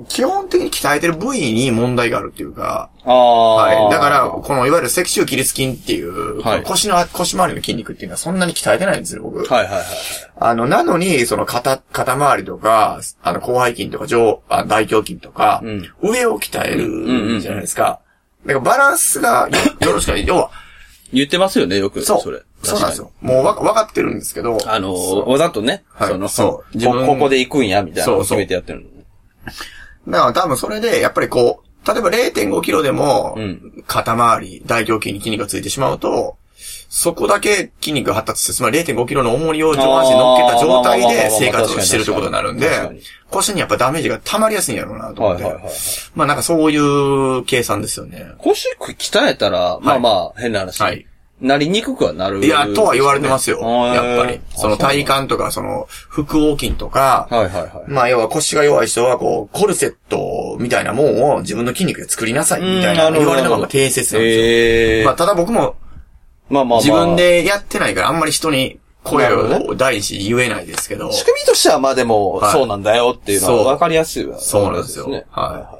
基本的に鍛えてる部位に問題があるっていうか、はい。だから、このいわゆる脊柱起立筋っていう、はい、腰回りの筋肉っていうのはそんなに鍛えてないんですよ、僕。 はいはいはい。 なのに、その肩周りとか、広背筋とか大胸筋とか、上を鍛えるじゃないですか。だからバランスがよろしくない。要は、 言ってますよね、よく。 そうなんですよ。もうわかってるんですけど。 わざとね。はい。ここで行くんや、みたいなのを決めてやってる。 だから多分それで、やっぱりこう、例えば 0.5 キロでも、肩周り、大胸筋に筋肉がついてしまうと、そこだけ筋肉が発達して、つまり 0.5 キロの重りを上半身に乗っけた状態で生活をしてるということになるんで、腰にやっぱダメージが溜まりやすいんやろうなと思って。まあなんかそういう計算ですよね。 腰鍛えたら、まあまあ変な話。はい。なりにくくはなる、 いや、とは言われてますよ。やっぱり。その体幹とか、その、腹横筋とか、まあ要は腰が弱い人は、こう、コルセットみたいなもんを自分の筋肉で作りなさい、みたいな言われるのが定説なんですよ。まあただ僕も、自分でやってないからあんまり人に声を大事言えないですけど。 仕組みとしてはまあでも、そうなんだよっていうのは分かりやすいわ。 そうなんですよ。 はい。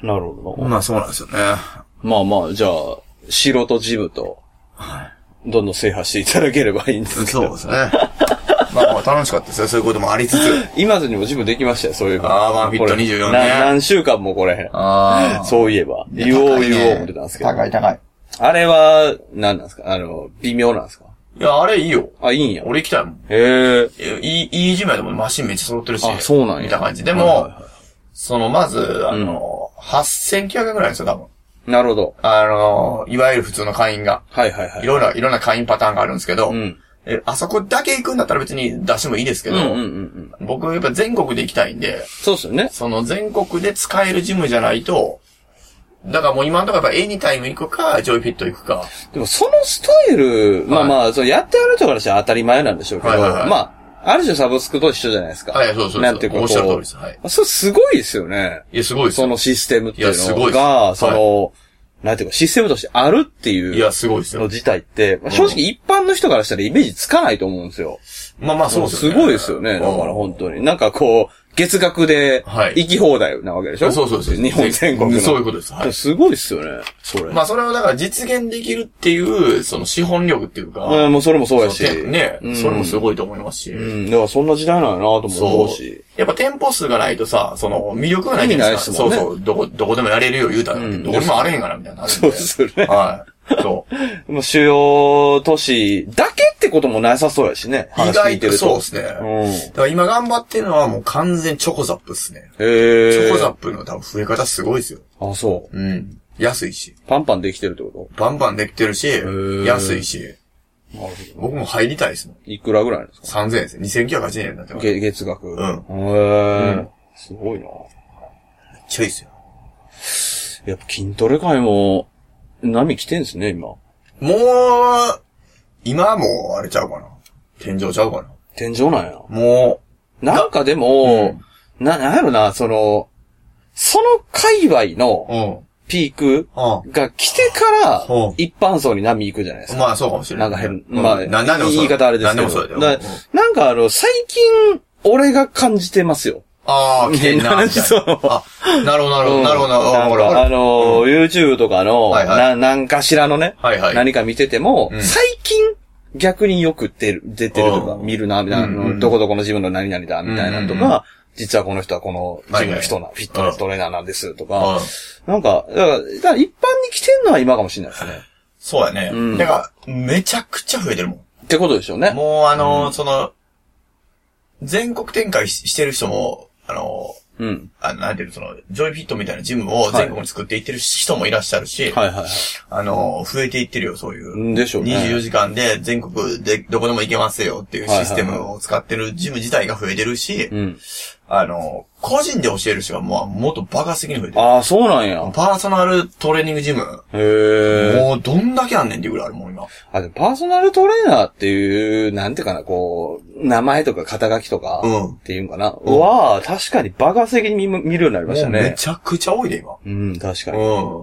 なるほど。 まあそうなんですよね。 まあまあ、じゃあ、素人ジムと、どんどん制覇していただければいいんですけど。 そうですね。まあ楽しかったですよ。そういうこともありつつ。 今ずにもジムできましたよ、そういうの。 ワンフィット24ね。 何週間もこれ。そういえば。言おう思ってたんですけど。 高い。 あれは、何なんですか微妙なんですか？ いや、あれいいよ。 いいんや。 俺行きたいもん。いいジムやでもマシンめっちゃ揃ってるし。 そうなんや。 みたいな感じ。でも、まず、8900円ぐらいですよ、多分。 なるほど。いわゆる普通の会員が。 はい。 いろんな会員パターンがあるんですけど、あそこだけ行くんだったら別に出してもいいですけど、僕やっぱ全国で行きたいんで、 そうですよね。 その全国で使えるジムじゃないと、だからもう今のところやっぱエニタイム行くか、ジョイフィット行くか。 でもそのスタイル、まあ、そうやってやる人からしたら当たり前なんでしょうけど、まあ、ある種サブスクと一緒じゃないですか。 はい、そう。 なんていうか、 おっしゃる通りです。はい。 それすごいですよね。 いや、すごいです。 そのシステムっていうのが、なんていうか、システムとしてあるっていう。 いや、すごいですよ。 の自体って、正直一般の人からしたらイメージつかないと思うんですよ。 まあそうですよね。すごいですよね。だから本当に。なんかこう、月額で行き放題なわけでしょ？ そう。 日本全国の。 そういうことです。はい。 すごいですよね。それ。 まあそれをだから実現できるっていう、その資本力っていうか。 もうそれもそうやし。 ね。それもすごいと思いますし。 だからそんな時代なんやなと思うし。 やっぱ店舗数がないとさ、その魅力がないじゃないですか。そう。どこでもやれるよ言うたら、どこでもあれへんかなみたいな。 そうですよね。 はい。そう。 もう主要都市だけってこともなさそうやしね。 意外とそうですね。だから今頑張ってるのはもう完全チョコザップですね。チョコザップの多分増え方すごいですよ。 あ、そう。 安いし。 パンパンできてるってこと？ パンパンできてるし、安いし。なるほど。僕も入りたいですもん。 いくらぐらいですか？ 3000円ですね。2980円だってます。 月額。すごいな。めっちゃいいっすよ。やっぱ筋トレ界も、波来てんすね、今。 今はもう、あれちゃうかな。天井ちゃうかな。 天井なんや。 もう、なんかでも、なんやろな、その界隈の、ピークが来てから、一般層に波行くじゃないですか。 まあそうかもしれない。 なんか言い方あれですけど。 何でもそうだよ。 なんか最近、俺が感じてますよ。 来てんな。なるほど。 YouTube とかの、何かしらのね、何か見てても、最近、逆によく出てるとか、見るな、みたいな、どこどこの自分の何々だ、みたいなとか、実はこの人はこの自分の人な、フィットネストレーナーなんです、とか、なんか、だから一般に来てんのは今かもしれないですね。 そうやね。だから、めちゃくちゃ増えてるもん。 ってことでしょうね。 もう全国展開してる人も、なんていうの、ジョイフィットみたいなジムを全国に作っていってる人もいらっしゃるし、増えていってるよ、そういう。 でしょうね。 24時間で全国でどこでも行けますよっていうシステムを使ってるジム自体が増えてるし、個人で教える人がもっとバカすぎに増えてる。 ああ、そうなんや。 パーソナルトレーニングジム。もうどんだけあんねんっていうぐらいあるもん、今。 でもパーソナルトレーナーっていう、なんていうかな、こう、名前とか肩書きとか、っていうんかな。確かにバカすぎに見るようになりましたね。 めちゃくちゃ多いで、今。 確かに。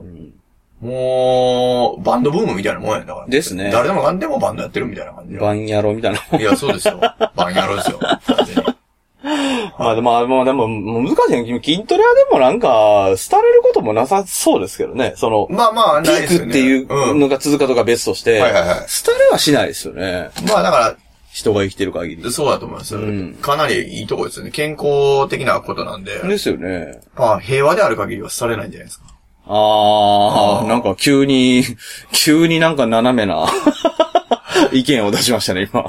もう、バンドブームみたいなもんやんだから。 ですね。 誰でも何でもバンドやってるみたいな感じ。 バンヤロみたいな。 いや、そうですよ。バンヤロですよ。完全に。 まあでも難しいね。筋トレはでもなんか、廃れることもなさそうですけどね。 まあ、 ピークっていうのが続くかとか別として、廃れはしないですよね。 まあだから、 人が生きてる限り。 そうだと思います。かなりいいとこですよね。健康的なことなんで。 ですよね。 まあ、平和である限りは廃れないんじゃないですか。 なんか急になんか斜めな意見を出しましたね、今。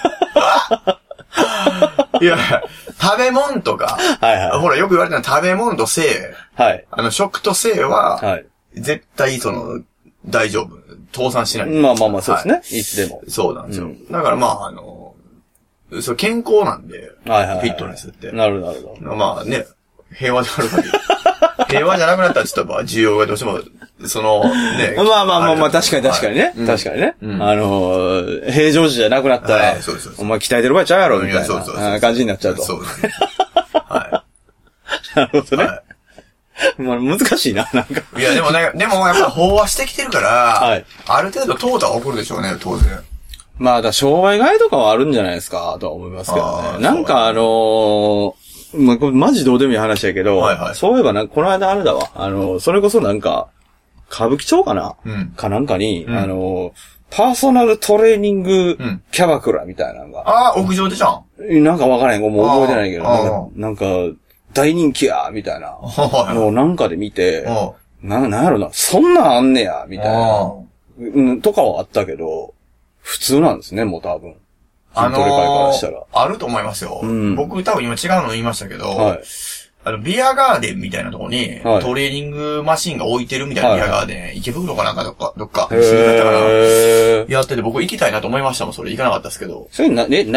いや、食べ物とか、ほら、よく言われてるのは食べ物と性。食と性は、絶対大丈夫。倒産しない。 まあ、そうですね。いつでも。 そうなんですよ。だからまあ、健康なんで、フィットネスって。 なるほど。 まあね、平和である限り。平和じゃなくなったらちょっと需要がどうしても、ね。 まあ、確かにね。確かにね。平常時じゃなくなったら、お前鍛えてる場合ちゃうやろ、みたいな感じになっちゃうと。 そうですね。はい。 なるほどね。まあ、難しいな、なんか。 いや、でもやっぱ飽和してきてるから、ある程度淘汰は起こるでしょうね、当然。 まあ、商売買いとかはあるんじゃないですか、とは思いますけどね。なんかまあ、これマジどうでもいい話やけど、そういえばこの間あれだわ。それこそなんか、歌舞伎町かな、かなんかに、パーソナルトレーニングキャバクラみたいなのが。 屋上でじゃん。 なんかわからへん。もう覚えてないけど、なんか、大人気や、みたいな。もうなんかで見て、なんやろな、そんなんあんねや、みたいな。とかはあったけど、普通なんですね、もう多分。筋トレ界からしたら。 あると思いますよ。僕多分今違うの言いましたけど、ビアガーデンみたいなとこに、トレーニングマシンが置いてるみたいなビアガーデン、池袋かなんかどっか、やってて僕行きたいなと思いましたもん、それ行かなかったですけど。 それ需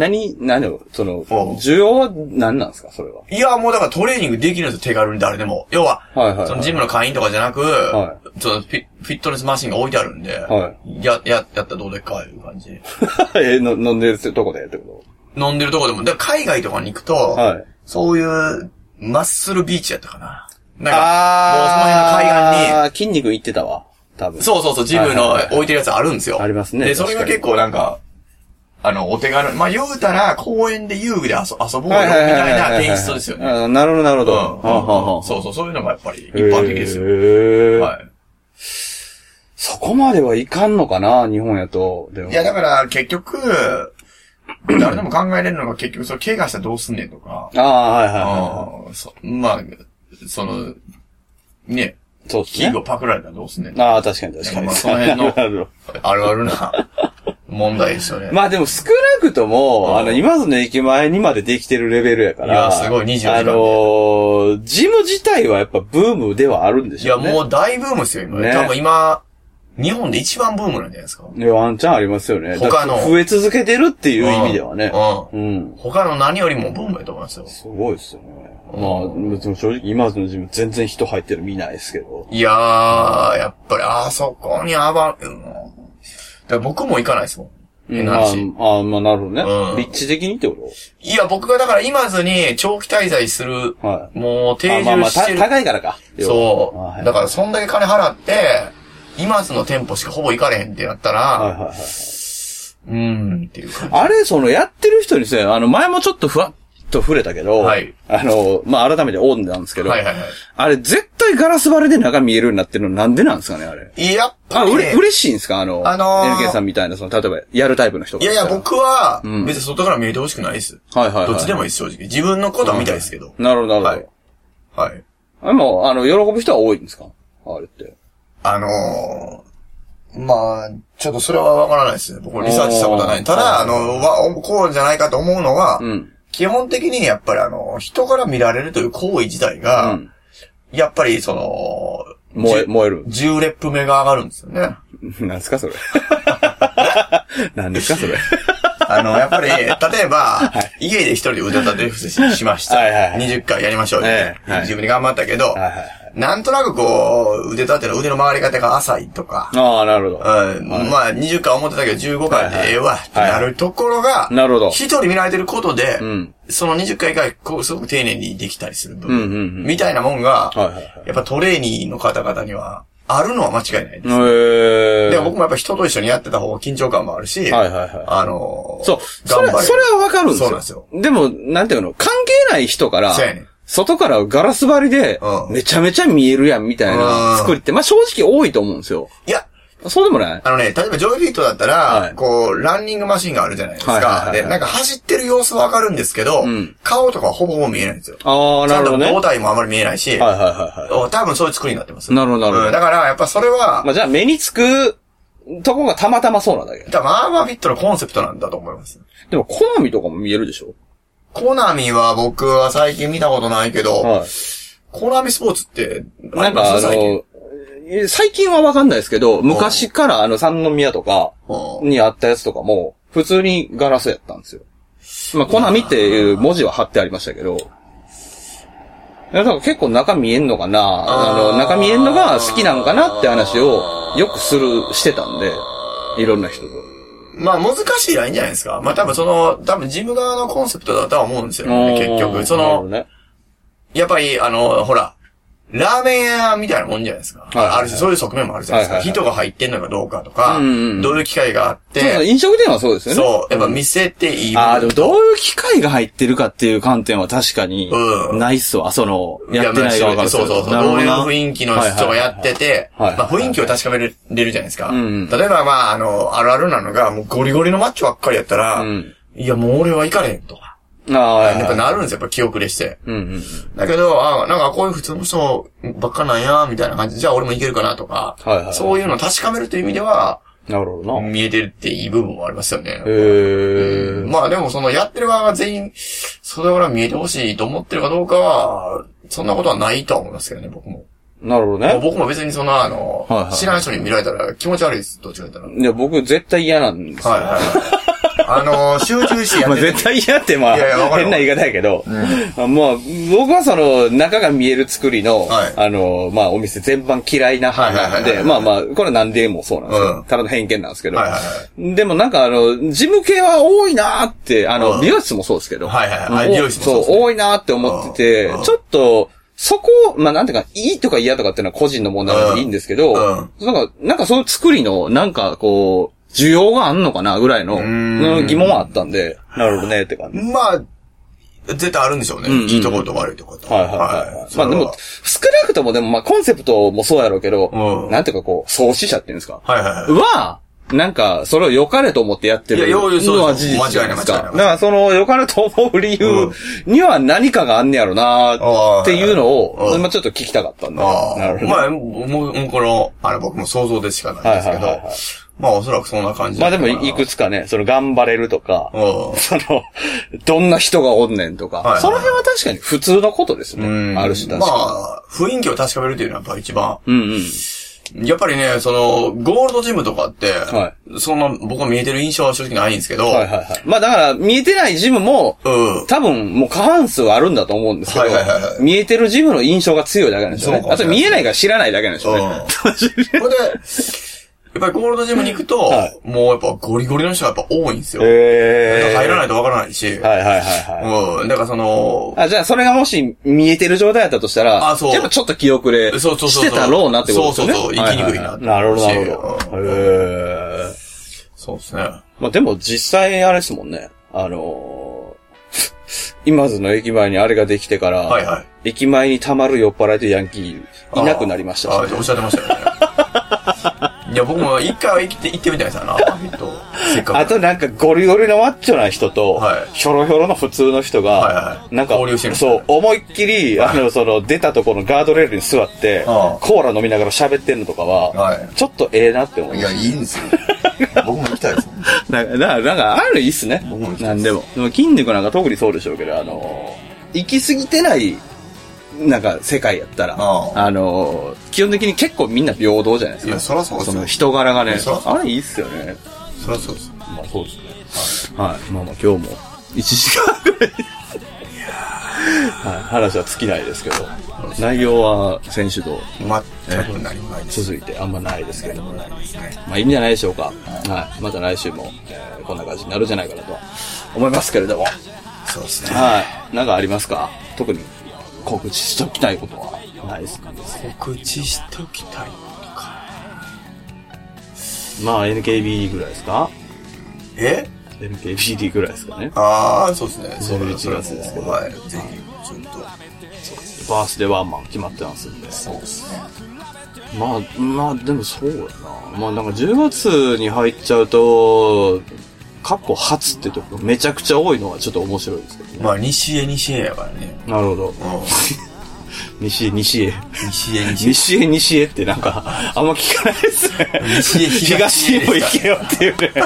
要は何なんですか、それは。 いや、もうだからトレーニングできるんですよ、手軽に誰でも。要は、ジムの会員とかじゃなく、フィットネスマシンが置いてあるんで、やったらどうでっかいう感じ。 飲んでるとこでってこと？ 飲んでるとこでも、だから海外とかに行くと、そういう、マッスルビーチやったかな。なんか、もうその辺の海岸に。 筋肉行ってたわ。多分。 そう、ジムの置いてるやつあるんですよ。 ありますね。 で、それが結構なんか、お手軽。まあ、言うたら、公園で遊具で遊ぼうよ、みたいなテイストですよね。 なるほど。 そういうのがやっぱり一般的ですよ。はい。 そこまではいかんのかな、日本やと。 いや、だから結局、誰でも考えれるのが結局、怪我したらどうすんねんとか。まあ、ね。そうですね。器具をパクられたらどうすんねん。 確かに。 まあ、その辺の、あるあるな問題ですよね。 まあでも少なくとも、今津の駅前にまでできてるレベルやから。 いや、すごい、24時間で。ジム自体はやっぱブームではあるんでしょうね。 いや、もう大ブームですよ、今。多分今、日本で一番ブームなんじゃないですか。 いや、ワンチャンありますよね。 他の。 増え続けてるっていう意味ではね。 他の何よりもブームだと思いますよ。 すごいですよね。まあ、別に正直、今津のジム全然人入ってる見ないですけど。 いやー、やっぱり、あそこにだから僕も行かないですもん。 まあ、なるほどね。立地的にってこと？ いや、僕がだから今津に長期滞在する、もう定住してる。 高いからか。 そう。だからそんだけ金払って、今津の店舗しかほぼ行かれへんってなったら、っていう感じ。 あれ、やってる人に前もちょっとふわっと触れたけど、まあ、改めてオンなんですけど、あれ、絶対ガラス張りで中見えるようになってるのなんでなんですかね、あれ。 いや、 嬉しいんですかNK さんみたいな、例えば、やるタイプの人が。 いや、僕は、別に外から見えてほしくないです。どっちでもいいです、正直。自分のことは見たいですけど。 なるほど。はい。でも、喜ぶ人は多いんですかあれって。 まあ、ちょっとそれはわからないですね。僕リサーチしたことはない。ただ、こうじゃないかと思うのは、基本的にやっぱり人から見られるという行為自体が、やっぱり燃える。 10レップ目が上がるんですよね。 何ですかそれ。何ですかそれ。 やっぱり、例えば、家で一人で腕立て伏せしました。20回やりましょうって。自分で頑張ったけど、なんとなく腕立ての腕の曲がり方が浅いとか。 なるほど。 まあ、20回思ってたけど、15回でええわってなるところが、 なるほど。 一人見られてることで、その20回がすごく丁寧にできたりする部分。みたいなもんが、やっぱトレーニーの方々には、 あるのは間違いないです。で、僕もやっぱ人と一緒にやってた方が緊張感もあるし、 はいはいはい。 そう。 それはわかるんですよ。 そうなんですよ。 でも、なんていうの、関係ない人から、 そうやねん。 外からガラス張りで、めちゃめちゃ見えるやんみたいな作りって、まあ正直多いと思うんですよ。いや、そうでもない？ 例えばジョイフィットだったら、こう、ランニングマシンがあるじゃないですか。で、なんか走ってる様子はわかるんですけど、顔とかはほぼほぼ見えないんですよ。 ああ、なるほどね。 胴体もあまり見えないし、多分そういう作りになってます。 なるほど、なるほど。 だから、やっぱそれは、 まあじゃあ目につくとこがたまたまそうなんだけど。 多分アーマーフィットのコンセプトなんだと思います。 でも、コナミとかも見えるでしょ？ コナミは僕は最近見たことないけど、コナミスポーツって、 なんか最近はわかんないですけど、昔から三宮とかにあったやつとかも、普通にガラスやったんですよ。まあ、コナミっていう文字は貼ってありましたけど、だから結構中見えんのかな、中見えんのが好きなんかなって話をよくしてたんで、いろんな人と。 まあ難しいラインじゃないですか。まあ多分ジム側のコンセプトだとは思うんですよね、結局。やっぱりほら、ラーメン屋みたいなもんじゃないですか。あるし、そういう側面もあるじゃないですか。人が入ってんのかどうかとか、どういう機会があって。 飲食店はそうですよね。 そう。やっぱ見せていい部分。 でもどういう機会が入ってるかっていう観点は確かに、ないっすわ。やってないがわかる。 そう。どういう雰囲気の人がやってて、まあ雰囲気を確かめれるじゃないですか。例えばまあ、あるあるなのが、もうゴリゴリのマッチョばっかりやったら、いやもう俺は行かれへんとか。やっぱなるんですよ、やっぱ気遅れして。だけど、なんかこういう普通の人ばっかなんや、みたいな感じで、じゃあ俺もいけるかなとか、そういうのを確かめるという意味では、 なるほどな。 見えてるっていい部分もありますよね。まあでもやってる側が全員、それから見えてほしいと思ってるかどうかは、そんなことはないとは思いますけどね、僕も。 なるほどね。 僕も別に知らない人に見られたら気持ち悪いです、どっちか言ったら。 いや、僕絶対嫌なんですよ。 集中してやって絶対嫌って、まあ、変な言い方やけど、もう、僕は中が見える作りの、まあ、お店全般嫌いな派なんで、まあまあ、これ何でもそうなんですよ。ただの偏見なんですけど。でもなんか事務系は多いなーって、美容室もそうですけど。 美容室もそう、多いなーって思ってて、ちょっと、そこを、まあ、なんていうか、いいとか嫌とかっていうのは個人の問題なんでいいんですけど、なんかその作りの、なんかこう、需要があんのかなぐらいの疑問はあったんで、なるほどねって感じ。 まあ、絶対あるんでしょうね。いいところと悪いところと。 まあでも、少なくともでもまあコンセプトもそうやろうけど、なんていうかこう、創始者っていうんですか。なんか、それを良かれと思ってやってるのは事実じゃないですか。だから良かれと思う理由には何かがあんねやろなっていうのを、まあちょっと聞きたかったんで。なるほど。 まあ、もう僕も想像でしかないんですけど、まあおそらくそんな感じ。 まあでもいくつかね、頑張れるとか、どんな人がおんねんとか、その辺は確かに普通のことですね。ある種確かに。 まあ、雰囲気を確かめるっていうのはやっぱ一番。やっぱりね、ゴールドジムとかって、そんな僕は見えてる印象は正直ないんですけど。 まあだから、見えてないジムも、多分もう過半数はあるんだと思うんですけど、見えてるジムの印象が強いだけなんですよね。あと見えないから知らないだけなんですよね。 それで、やっぱりゴールドジムに行くと、もうやっぱゴリゴリの人がやっぱ多いんですよ。入らないとわからないし。だからじゃあそれがもし見えてる状態だったとしたら、やっぱちょっと気遅れしてたろうなってことですよね。 そう、生きにくいな。 なるほど、なるほど。 そうですね。 まあでも実際あれですもんね。今津の駅前にあれができてから、駅前に溜まる酔っ払いとヤンキーいなくなりましたし。 おっしゃってましたよね。いや、僕も一回は行ってみたいですよな、せっかく。 あとなんかゴリゴリのマッチョな人と、ひょろひょろの普通の人が、なんか、そう、思いっきり、出たところのガードレールに座って、コーラ飲みながら喋ってんのとかは、ちょっとなって思います。 いや、いいんですよ。僕も行きたいです。 なんか、あるいいっすね。僕もなんでも。でも筋肉なんか特にそうでしょうけど、行き過ぎてない、なんか世界やったら、基本的に結構みんな平等じゃないですか。 いや、そらそうですよ。 人柄がね、あれいいっすよね。 そらそうです。 まあそうですね。はい。まあ今日も1時間ぐらい。話は尽きないですけど、内容は先週と続いてあんまないですけど、まあいいんじゃないでしょうか。はい。また来週もこんな感じになるんじゃないかなと思いますけれども。 そうですね。 はい。なんかありますか？特に告知しときたいことはないですか？ 告知しときたいことか。 まあ NKB ぐらいですか？NKBD ぐらいですかね。 ああ、そうですね。 11月ですけど。 はい。ぜひ、ちょっと。 バースデーワンマン決まってますんで。 そうですね。 まあ、でもそうやな。まあなんか10月に入っちゃうと、過去初ってとこめちゃくちゃ多いのはちょっと面白いですけどね。 まあ、西へやからね。 なるほど。西へってなんか、あんま聞かないですね。東にも行けよっていうね。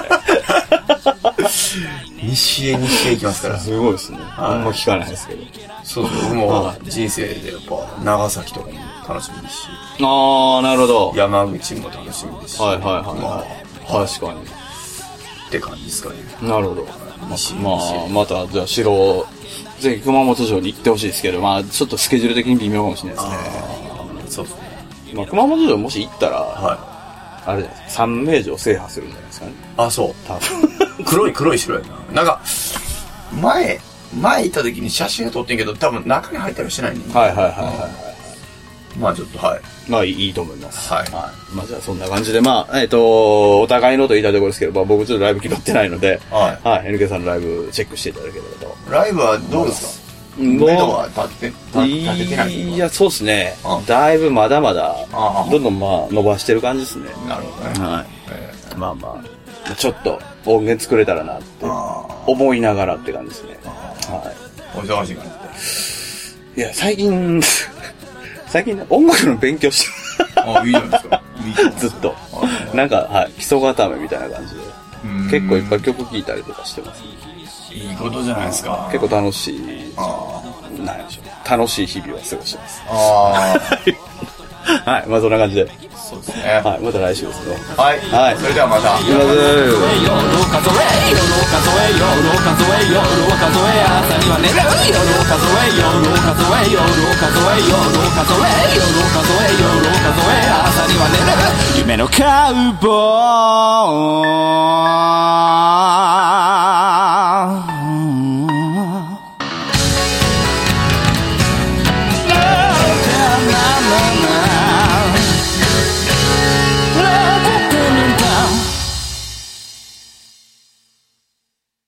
西へ行きますから。 すごいですね。あんま聞かないですけど。 そうそう、僕も人生でやっぱ、長崎とかも楽しみですし。 ああ、なるほど。 山口も楽しみですし。 はい。確かに。 って感じですかね。 なるほど。また、じゃあ、ぜひ熊本城に行ってほしいですけど、まあ、ちょっとスケジュール的に微妙かもしれないですね。 そうですね。 まあ、熊本城もし行ったら、あれじゃないですか、三名城制覇するんじゃないですかね。 あ、そう。多分。黒い城やな。なんか、前行った時に写真を撮ってんけど、多分中に入ったりしてないね。 はい。 まあちょっと、 まあいいと思います。 はい。 まあじゃあそんな感じで、まあ、お互いのと言いたいところですけど、まあ僕ちょっとライブ決まってないので、はい。NK さんのライブチェックしていただければと。 ライブはどうですか？メドは立ててない？ いや、そうですね。だいぶまだまだ、どんどんまあ伸ばしてる感じですね。 なるほどね。 はい。まあ、ちょっと音源作れたらなって思いながらって感じですね。はい。 お忙しい感じで。いや、最近ね、音楽の勉強していいじゃないですか。 ずっと。なんか、基礎固めみたいな感じで。結構いっぱい曲聴いたりとかしてます。 いいことじゃないですか。 結構楽しい。なんでしょう。楽しい日々を過ごしてます。はい、まあそんな感じで。 そうですね。 はい、また来週ですね。 はい。それではまた。 夢のカウボーイ